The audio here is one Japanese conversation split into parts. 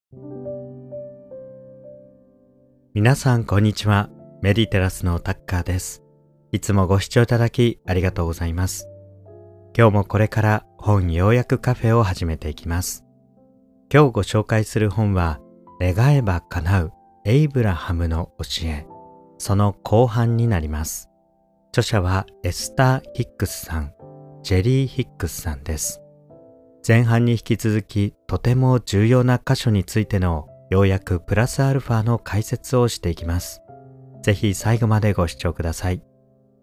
皆さんこんにちは。メディテラスのタッカーです。いつもご視聴いただきありがとうございます。今日もこれから本要約カフェを始めていきます。今日ご紹介する本は、願えば叶うエイブラハムの教え、その後半になります。著者はエスター・ヒックスさん、ジェリー・ヒックスさんです。前半に引き続きとても重要な箇所についての要約プラスアルファの解説をしていきます。ぜひ最後までご視聴ください。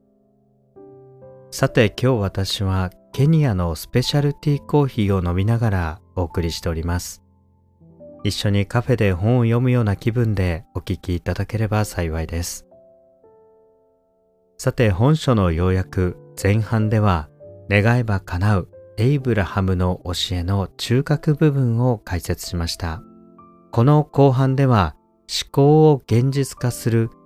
さて今日私はケニアのスペシャルティーコーヒーを飲みながらお送りしております。一緒にカフェで本を読むような気分でお聞きいただければ幸いです。さて本書の要約前半では、願えば叶うエイブラハムの教えの中核部分を解説しました。この後半では思考を現実化する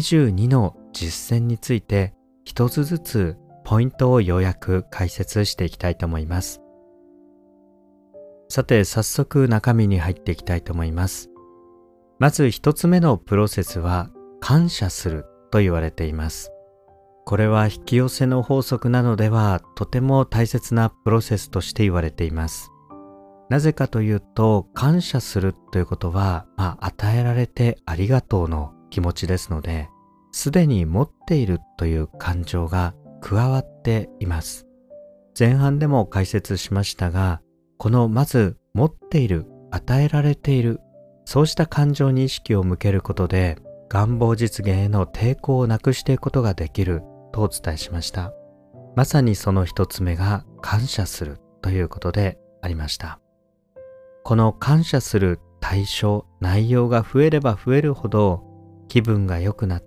22の実践について一つずつポイントを要約解説していきたいと思います。さて早速中身に入っていきたいと思います。まず一つ目のプロセスは感謝すると言われています。これは引き寄せの法則などではとても大切なプロセスとして言われています。なぜかというと、感謝するということは、与えられてありがとうの気持ちですので、すでに持っているという感情が加わっています。前半でも解説しましたが、このまず持っている、与えられている、そうした感情に意識を向けることで、願望実現への抵抗をなくしていくことができるとお伝えしました。まさにその一つ目が感謝するということでありました。この感謝する対象、内容が増えれば増えるほど気分が良くなって、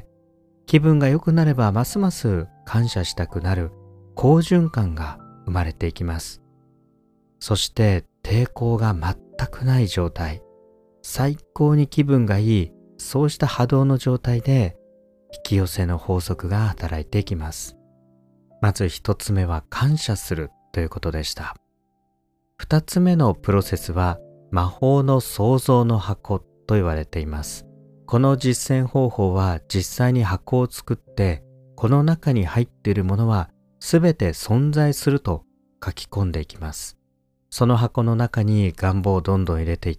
気分が良くなればますます感謝したくなる好循環が生まれていきます。そして抵抗が全くない状態、最高に気分がいい、そうした波動の状態で引き寄せの法則が働いていきます。まず一つ目は感謝するということでした。二つ目のプロセスは魔法の創造の箱と言われています。この実践方法は実際に箱を作って、この中に入っているものはすべて存在すると書き込んでいきます。その箱の中に願望をどんどん入れていって、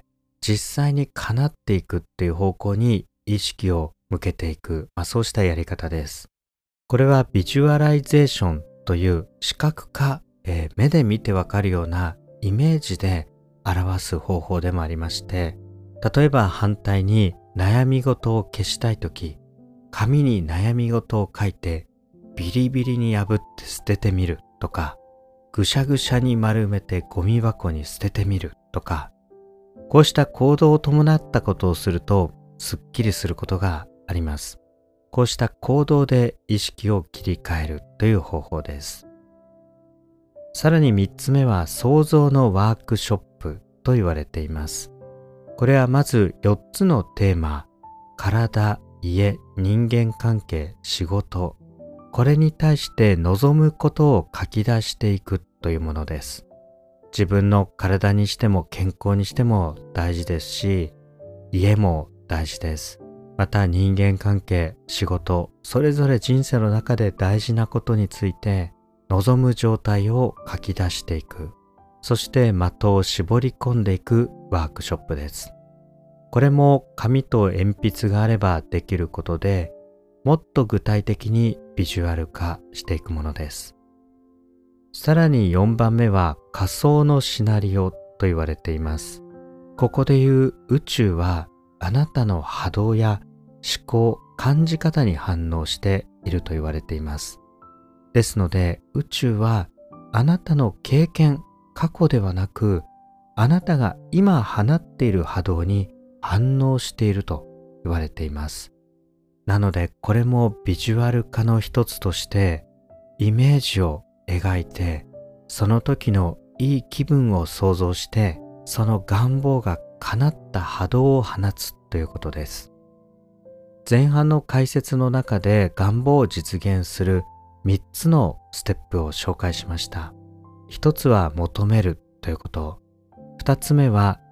実際に叶っていくっていう方向に意識を向けていく、そうしたやり方です。これはビジュアライゼーションという視覚化、目で見てわかるようなイメージで表す方法でもありまして、例えば反対に悩み事を消したいとき、紙に悩み事を書いてビリビリに破って捨ててみるとか、ぐしゃぐしゃに丸めてゴミ箱に捨ててみるとか、こうした行動を伴ったことをするとすっきりすることがあります。こうした行動で意識を切り替えるという方法です。さらに3つ目は創造のワークショップと言われています。これはまず4つのテーマ、体、家、人間関係、仕事、これに対して望むことを書き出していくというものです。自分の体にしても健康にしても大事ですし、家も大事です。また人間関係、仕事、それぞれ人生の中で大事なことについて望む状態を書き出していく。そして的を絞り込んでいくワークショップです。これも紙と鉛筆があればできることで、もっと具体的にビジュアル化していくものです。さらに4番目は仮想のシナリオと言われています。ここでいう宇宙はあなたの波動や思考、感じ方に反応していると言われています。ですので宇宙はあなたの経験、過去ではなく、あなたが今放っている波動に反応していると言われています。なのでこれもビジュアル化の一つとしてイメージを描いて、その時のいい気分を想像して、その願望が叶った波動を放つということです。前半の解説の中で願望を実現する3つのステップを紹介しました。1つは求めるということ。2つ目は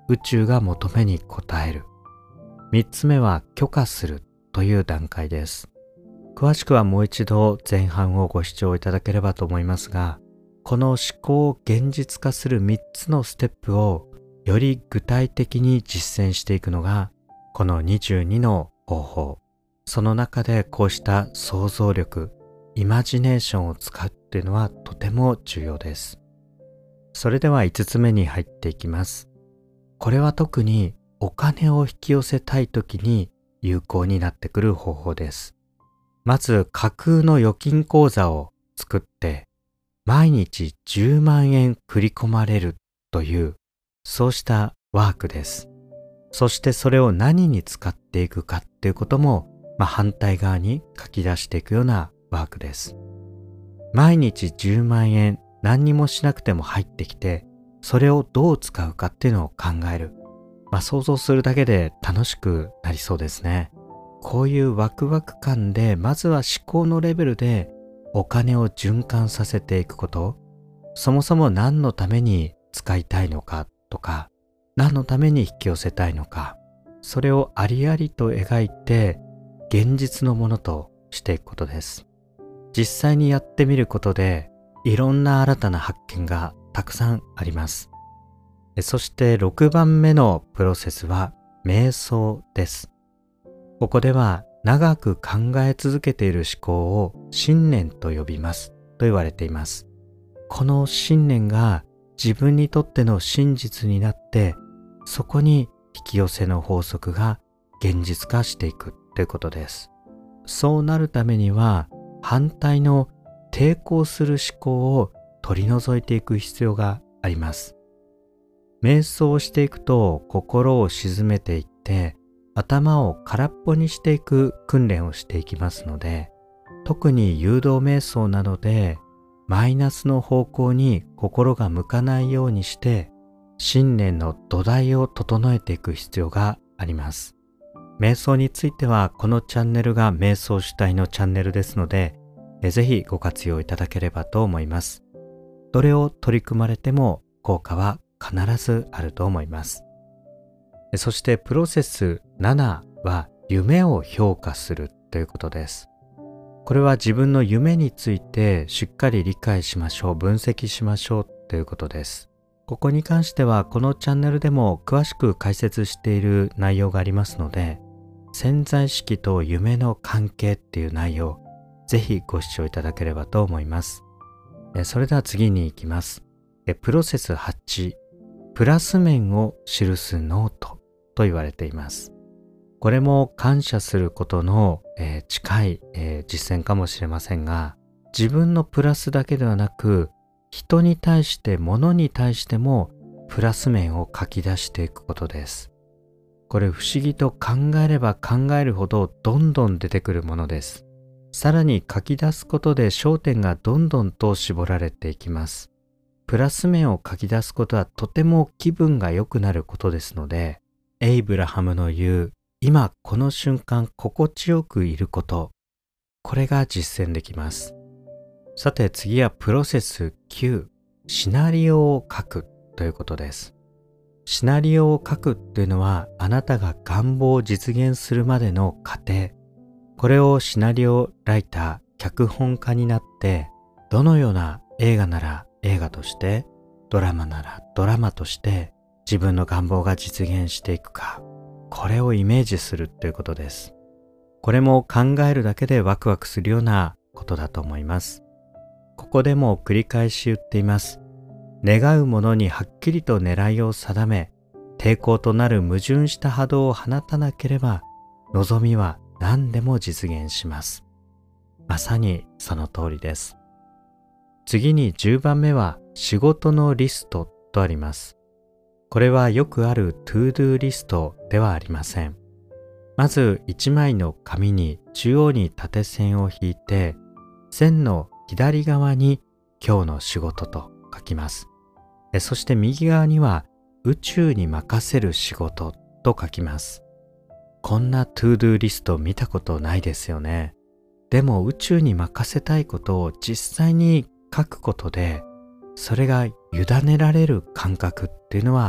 宇宙が求めに応える。3つ目は許可するという段階です。詳しくはもう一度前半をご視聴いただければと思いますが、この思考を現実化する3つのステップをより具体的に実践していくのがこの22の方法。その中でこうした想像力、イマジネーションを使うっていうのはとても重要です。それでは5つ目に入っていきます。これは特にお金を引き寄せたいときに有効になってくる方法です。まず架空の預金口座を作って毎日10万円振り込まれるというそうしたワークです。そしてそれを何に使っていくかっていうことも、反対側に書き出していくようなワークです。毎日10万円何にもしなくても入ってきて、それをどう使うかっていうのを考える。想像するだけで楽しくなりそうですね。こういうワクワク感で、まずは思考のレベルでお金を循環させていくこと、そもそも何のために使いたいのかとか、何のために引き寄せたいのか、それをありありと描いて現実のものとしていくことです。実際にやってみることでいろんな新たな発見がたくさんあります。そして6番目のプロセスは瞑想です。ここでは長く考え続けている思考を信念と呼びますと言われています。この信念が自分にとっての真実になって、そこに引き寄せの法則が現実化していくということです。そうなるためには反対の抵抗する思考を取り除いていく必要があります。瞑想をしていくと心を静めていって頭を空っぽにしていく訓練をしていきますので、特に誘導瞑想などでマイナスの方向に心が向かないようにして信念の土台を整えていく必要があります。瞑想についてはこのチャンネルが瞑想主体のチャンネルですので、ぜひご活用いただければと思います。どれを取り組まれても効果は必ずあると思います。そしてプロセス7は夢を評価するということです。これは自分の夢についてしっかり理解しましょう、分析しましょうということです。ここに関してはこのチャンネルでも詳しく解説している内容がありますので、潜在意識と夢の関係っていう内容、ぜひご視聴いただければと思います。それでは次に行きます。プロセス8、プラス面を記すノートと言われています。これも感謝することの、近い、実践かもしれませんが、自分のプラスだけではなく、人に対して物に対してもプラス面を書き出していくことです。これ不思議と考えれば考えるほどどんどん出てくるものです。さらに書き出すことで焦点がどんどんと絞られていきます。プラス面を書き出すことはとても気分が良くなることですので、エイブラハムの言う今この瞬間心地よくいること、これが実践できます。さて次はプロセス9、シナリオを書くということです。シナリオを書くというのはあなたが願望を実現するまでの過程、これをシナリオライター、脚本家になってどのような映画なら映画として、ドラマならドラマとして自分の願望が実現していくか、これをイメージするということです。これも考えるだけでワクワクするようなことだと思います。ここでも繰り返し言っています。願うものにはっきりと狙いを定め、抵抗となる矛盾した波動を放たなければ、望みは何でも実現します。まさにその通りです。次に10番目は仕事のリストとあります。これはよくあるトゥードゥーリストではありません。まず1枚の紙に中央に縦線を引いて、線の左側に今日の仕事と書きます。そして右側には宇宙に任せる仕事と書きます。こんなトゥードゥーリスト見たことないですよね。でも宇宙に任せたいことを実際に書くことで、それが委ねられる感覚っていうのは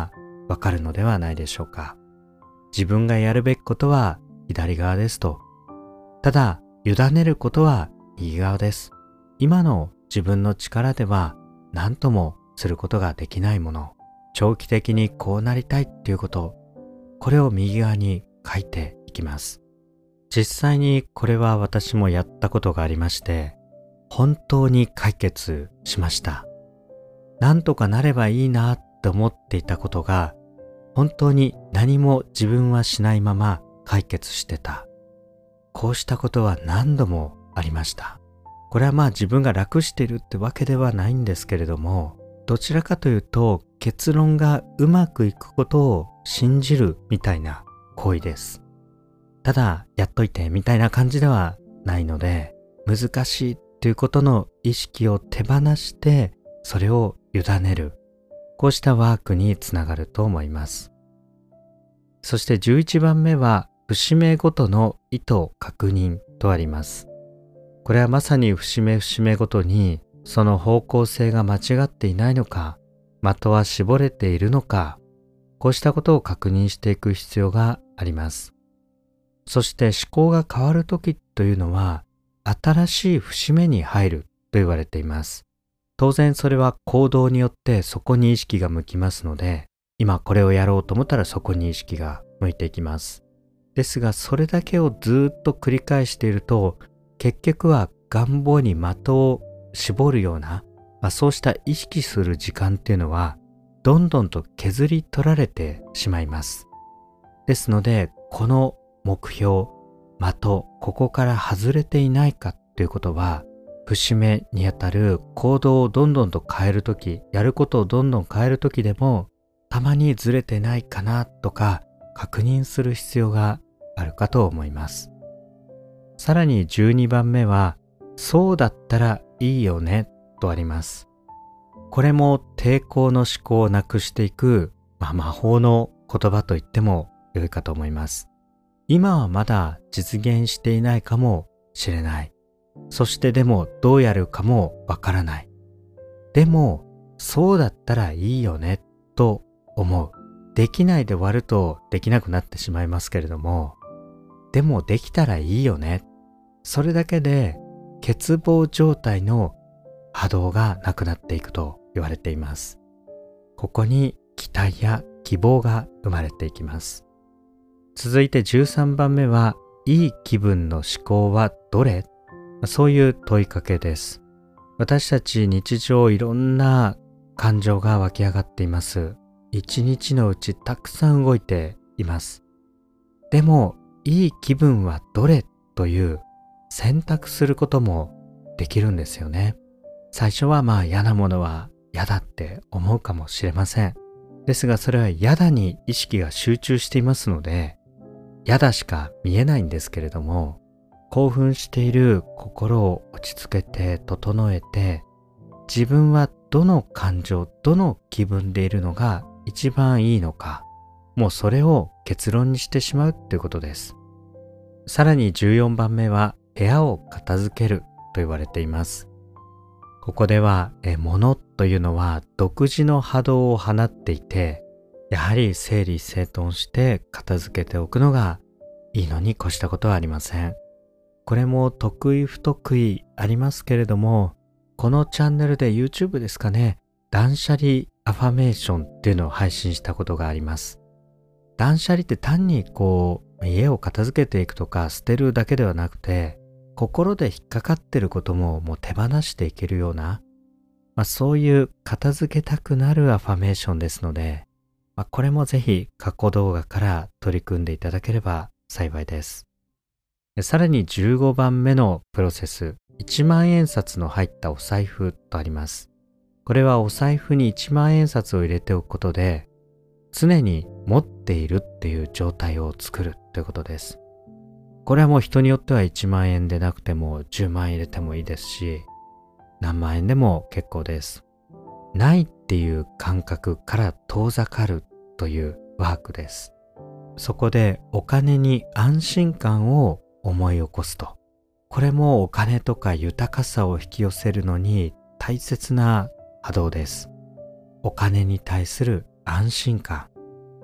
わかるのではないでしょうか。自分がやるべきことは左側ですと。ただ、委ねることは右側です。今の自分の力では何ともすることができないもの、長期的にこうなりたいっていうこと、これを右側に書いていきます。実際にこれは私もやったことがありまして、本当に解決しました。なんとかなればいいなって思っていたことが、本当に何も自分はしないまま解決してた。こうしたことは何度もありました。これは自分が楽しているってわけではないんですけれども、どちらかというと結論がうまくいくことを信じるみたいな行為です。ただやっといてみたいな感じではないので、難しいということの意識を手放してそれを委ねる、こうしたワークにつながると思います。そして11番目は節目ごとの意図確認とあります。これはまさに節目節目ごとにその方向性が間違っていないのか、的は絞れているのか、こうしたことを確認していく必要があります。そして思考が変わるときというのは新しい節目に入ると言われています。当然それは行動によってそこに意識が向きますので、今これをやろうと思ったらそこに意識が向いていきます。ですがそれだけをずっと繰り返していると、結局は願望に的を絞るような、そうした意識する時間っていうのはどんどんと削り取られてしまいます。ですのでこの目標、的、ここから外れていないかということは、節目にあたる行動をどんどんと変えるとき、やることをどんどん変えるときでも、たまにずれてないかなとか確認する必要があるかと思います。さらに12番目は、そうだったらいいよねとあります。これも抵抗の思考をなくしていく、魔法の言葉と言っても良いかと思います。今はまだ実現していないかもしれない。そしてでもどうやるかもわからない。でもそうだったらいいよねと思う。できないで終わるとできなくなってしまいますけれども、でもできたらいいよね。それだけで欠乏状態の波動がなくなっていくと言われています。ここに期待や希望が生まれていきます。続いて13番目は、いい気分の思考はどれ？そういう問いかけです。私たち日常いろんな感情が湧き上がっています。一日のうちたくさん動いています。でも、いい気分はどれという選択することもできるんですよね。最初は嫌なものは嫌だって思うかもしれません。ですがそれは嫌だに意識が集中していますので、嫌だしか見えないんですけれども、興奮している心を落ち着けて整えて、自分はどの感情、どの気分でいるのが一番いいのか、もうそれを結論にしてしまうということです。さらに14番目は、部屋を片付けると言われています。ここでは物というのは独自の波動を放っていて、やはり整理整頓して片付けておくのがいいのに越したことはありません。これも得意不得意ありますけれども、このチャンネルで YouTube ですかね、断捨離アファメーションっていうのを配信したことがあります。断捨離って単に家を片付けていくとか捨てるだけではなくて、心で引っかかってることももう手放していけるような、そういう片付けたくなるアファメーションですので、これもぜひ過去動画から取り組んでいただければ幸いです。さらに15番目のプロセス、1万円札の入ったお財布とあります。これはお財布に1万円札を入れておくことで、常に持っているっていう状態を作るということです。これはもう人によっては1万円でなくても10万円入れてもいいですし、何万円でも結構です。ないっていう感覚から遠ざかるというワークです。そこでお金に安心感を思い起こすと。これもお金とか豊かさを引き寄せるのに大切な波動です。お金に対する安心感。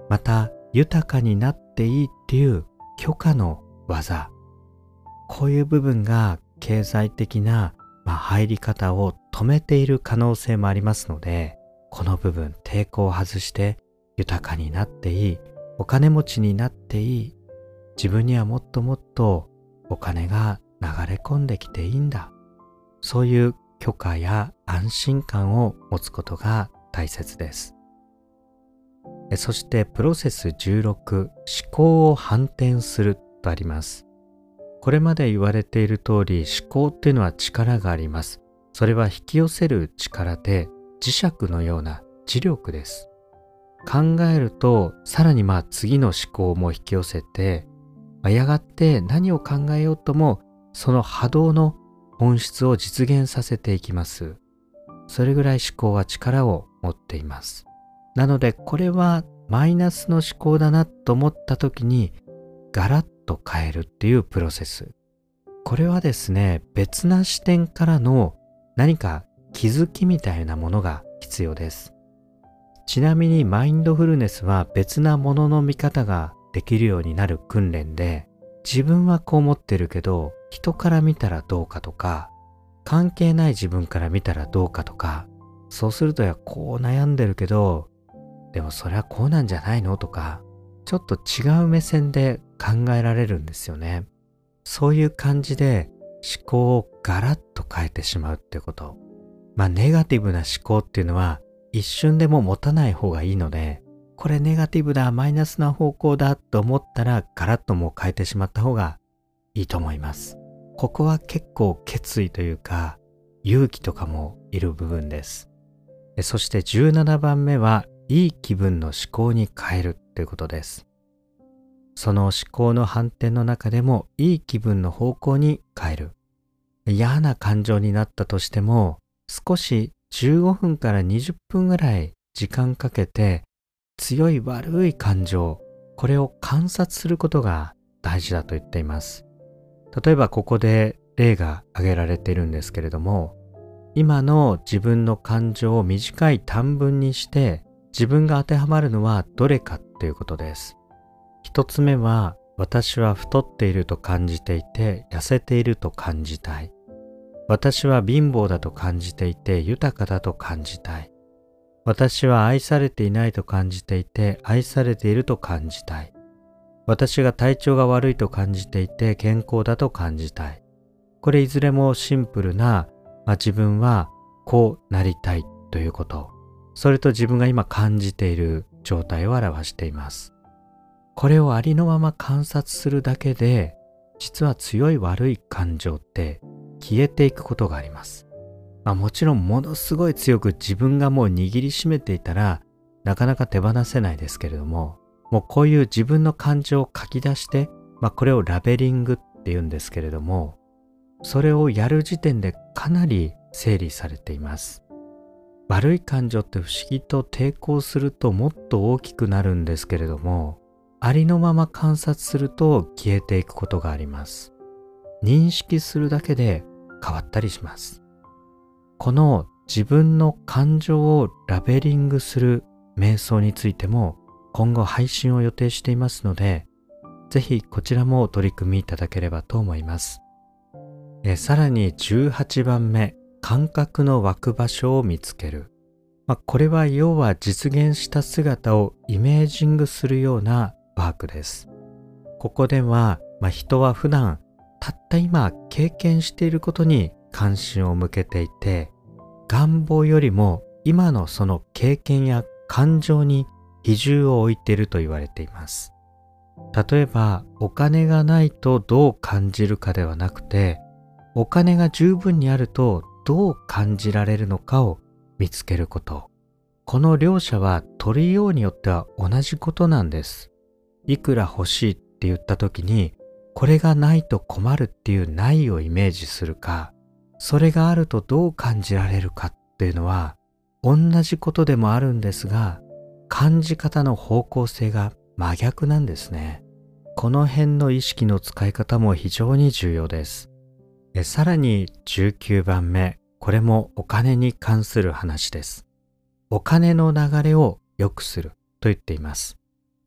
また豊かになっていいっていう許可の技、こういう部分が経済的な、入り方を止めている可能性もありますので、この部分抵抗を外して豊かになっていい、お金持ちになっていい、自分にはもっともっとお金が流れ込んできていいんだ、そういう許可や安心感を持つことが大切です。そしてプロセス16、思考を反転するとあります。これまで言われている通り、思考っていうのは力があります。それは引き寄せる力で、磁石のような磁力です。考えると、さらに次の思考も引き寄せて、やがて何を考えようとも、その波動の本質を実現させていきます。それぐらい思考は力を持っています。なので、これはマイナスの思考だなと思った時に、ガラッと変えるっていうプロセス。これはですね、別な視点からの何か気づきみたいなものが必要です。ちなみにマインドフルネスは別なものの見方ができるようになる訓練で、自分はこう思ってるけど、人から見たらどうかとか、関係ない自分から見たらどうかとか、そうするとこう悩んでるけど、でもそれはこうなんじゃないのとか、ちょっと違う目線で考えられるんですよね。そういう感じで思考をガラッと変えてしまうってこと。ネガティブな思考っていうのは一瞬でも持たない方がいいので、これネガティブだ、マイナスな方向だと思ったらガラッともう変えてしまった方がいいと思います。ここは結構決意というか勇気とかもいる部分です。そして17番目はいい気分の思考に変えるということです。その思考の反転の中でもいい気分の方向に変える。嫌な感情になったとしても、少し15分から20分ぐらい時間かけて強い悪い感情、これを観察することが大事だと言っています。例えばここで例が挙げられているんですけれども、今の自分の感情を短い短文にして自分が当てはまるのはどれかということです。一つ目は、私は太っていると感じていて痩せていると感じたい。私は貧乏だと感じていて豊かだと感じたい。私は愛されていないと感じていて愛されていると感じたい。私が体調が悪いと感じていて健康だと感じたい。これいずれもシンプルな、自分はこうなりたいということ。それと自分が今感じている状態を表しています。これをありのまま観察するだけで、実は強い悪い感情って消えていくことがあります。もちろんものすごい強く自分がもう握りしめていたら、なかなか手放せないですけれども、もうこういう自分の感情を書き出して、これをラベリングって言うんですけれども、それをやる時点でかなり整理されています。悪い感情って不思議と抵抗するともっと大きくなるんですけれども、ありのまま観察すると消えていくことがあります。認識するだけで変わったりします。この自分の感情をラベリングする瞑想についても今後配信を予定していますので、ぜひこちらもお取り組みいただければと思います。さらに18番目、感覚の湧く場所を見つける。これは要は実現した姿をイメージングするようなワークです。ここでは、人は普段たった今経験していることに関心を向けていて、願望よりも今のその経験や感情に比重を置いていると言われています。例えばお金がないとどう感じるかではなくて、お金が十分にあるとどう感じられるのかを見つけること。この両者は取りようによっては同じことなんです。いくら欲しいって言った時に、これがないと困るっていうないをイメージするか、それがあるとどう感じられるかっていうのは同じことでもあるんですが、感じ方の方向性が真逆なんですね。この辺の意識の使い方も非常に重要です。さらに19番目、これもお金に関する話です。お金の流れを良くすると言っています。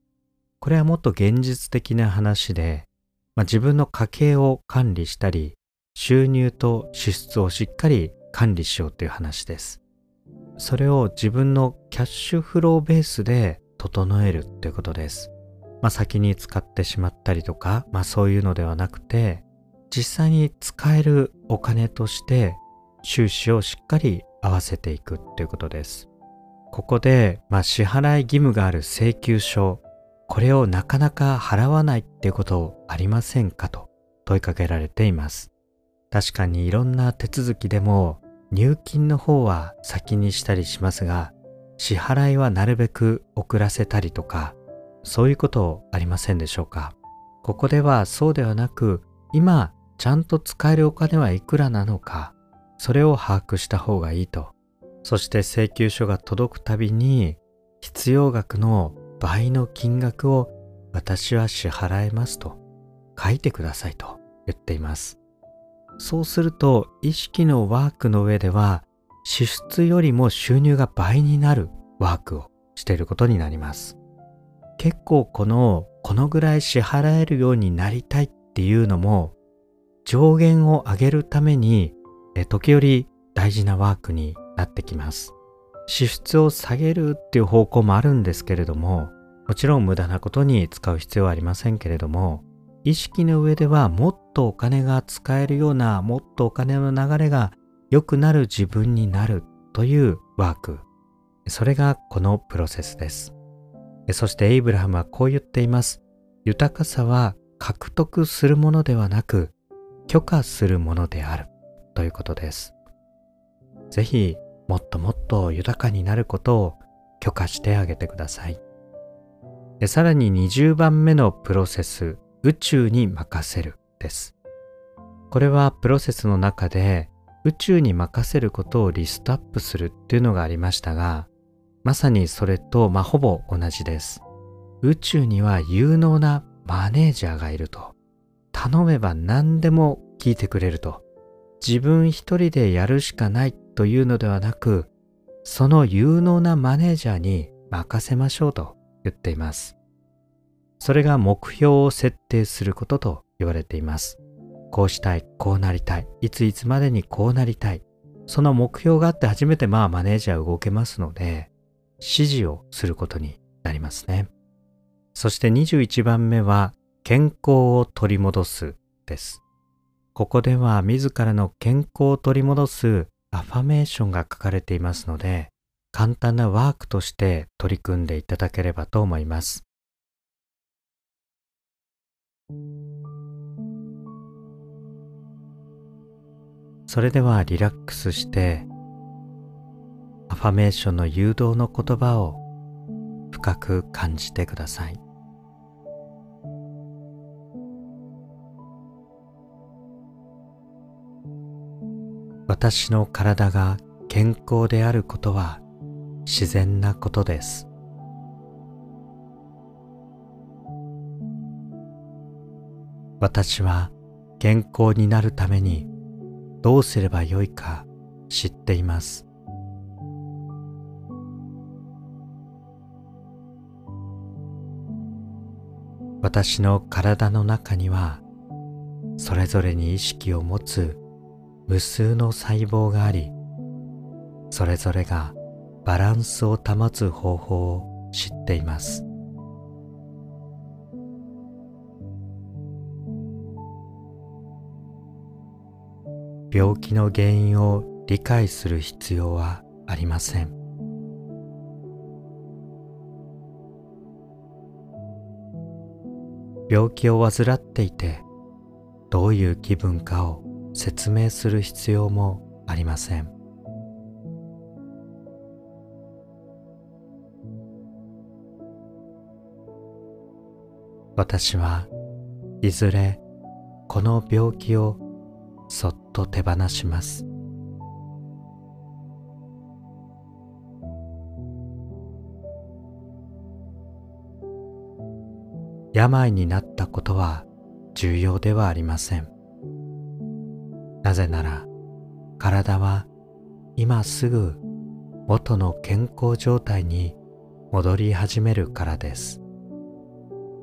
これはもっと現実的な話で、自分の家計を管理したり、収入と支出をしっかり管理しようという話です。それを自分のキャッシュフローベースで整えるということです。先に使ってしまったりとか、そういうのではなくて、実際に使えるお金として収支をしっかり合わせていくということです。ここで、支払い義務がある請求書、これをなかなか払わないっていうことありませんかと問いかけられています。確かにいろんな手続きでも入金の方は先にしたりしますが、支払いはなるべく遅らせたりとか、そういうことありませんでしょうか。ここではそうではなく、今ちゃんと使えるお金はいくらなのか、それを把握した方がいいと。そして請求書が届くたびに必要額の倍の金額を私は支払えますと書いてくださいと言っています。そうすると意識のワークの上では支出よりも収入が倍になるワークをしていることになります。結構このぐらい支払えるようになりたいっていうのも上限を上げるために時折大事なワークになってきます。支出を下げるっていう方向もあるんですけれども、もちろん無駄なことに使う必要はありませんけれども、意識の上ではもっとお金が使えるような、もっとお金の流れが良くなる自分になるというワーク。それがこのプロセスです。そしてエイブラハムはこう言っています。豊かさは獲得するものではなく、許可するものであるということです。ぜひもっともっと豊かになることを許可してあげてください。さらに20番目のプロセス、宇宙に任せるです。これはプロセスの中で宇宙に任せることをリストアップするっていうのがありましたが、まさにそれとほぼ同じです。宇宙には有能なマネージャーがいると。頼めば何でも聞いてくれると。自分一人でやるしかないというのではなく、その有能なマネージャーに任せましょうと言っています。それが目標を設定することと言われています。こうしたい、こうなりたい、いついつまでにこうなりたい。その目標があって初めてマネージャー動けますので、指示をすることになりますね。そして21番目は、健康を取り戻すです。ここでは自らの健康を取り戻すアファメーションが書かれていますので、簡単なワークとして取り組んでいただければと思います。それではリラックスして、アファメーションの誘導の言葉を深く感じてください。私の体が健康であることは自然なことです。私は健康になるためにどうすればよいか知っています。私の体の中にはそれぞれに意識を持つ無数の細胞があり、それぞれがバランスを保つ方法を知っています。病気の原因を理解する必要はありません。病気を患っていて、どういう気分かを説明する必要もありません。私はいずれこの病気をそっと手放します。病になったことは重要ではありません。なぜなら体は今すぐ元の健康状態に戻り始めるからです。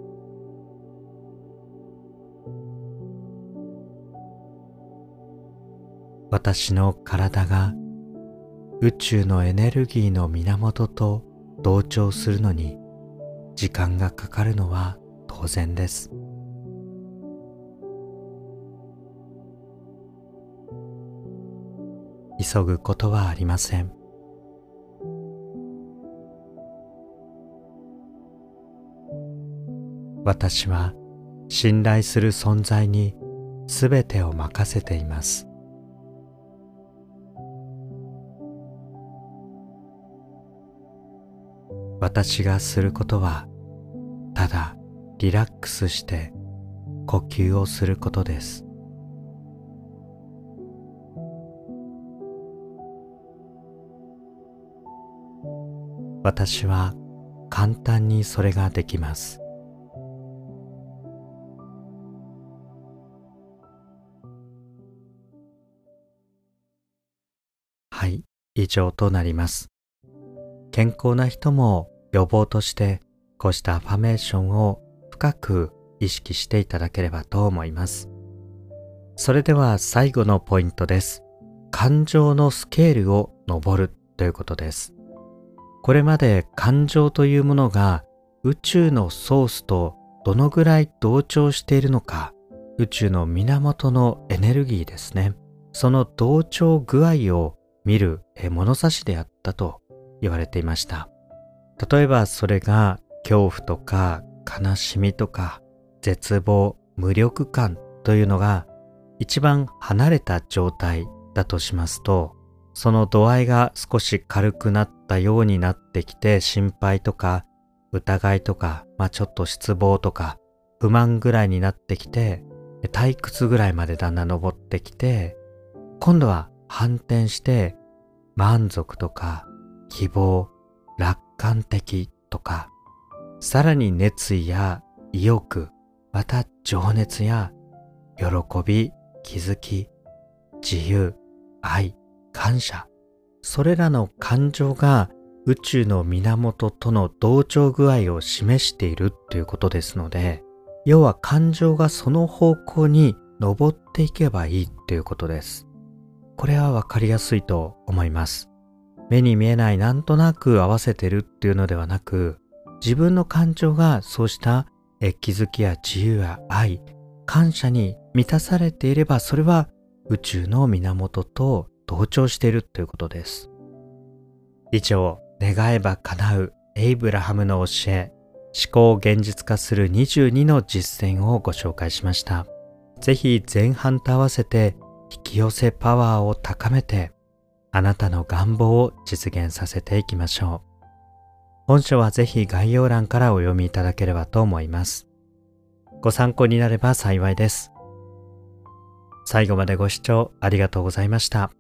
私の体が宇宙のエネルギーの源と同調するのに時間がかかるのは当然です。急ぐことはありません。私は信頼する存在にすべてを任せています。私がすることはただリラックスして呼吸をすることです。私は簡単にそれができます。はい、以上となります。健康な人も予防としてこうしたアファメーションを深く意識していただければと思います。それでは最後のポイントです。感情のスケールを上るということです。これまで感情というものが宇宙のソースとどのぐらい同調しているのか、宇宙の源のエネルギーですね。その同調具合を見る物差しであったと言われていました。例えばそれが恐怖とか悲しみとか絶望、無力感というのが一番離れた状態だとしますと、その度合いが少し軽くなったようになってきて、心配とか疑いとか、ちょっと失望とか不満ぐらいになってきて、退屈ぐらいまでだんだん登ってきて、今度は反転して満足とか希望、楽観的とか、さらに熱意や意欲、また情熱や喜び、気づき、自由、愛、感謝、それらの感情が宇宙の源との同調具合を示しているということですので、要は感情がその方向に登っていけばいいということです。これはわかりやすいと思います。目に見えないなんとなく合わせてるっていうのではなく、自分の感情がそうした気づきや自由や愛、感謝に満たされていれば、それは宇宙の源と同調しているということです。以上、願えば叶うエイブラハムの教え、思考を現実化する22の実践をご紹介しました。ぜひ前半と合わせて引き寄せパワーを高めて、あなたの願望を実現させていきましょう。本書はぜひ概要欄からお読みいただければと思います。ご参考になれば幸いです。最後までご視聴ありがとうございました。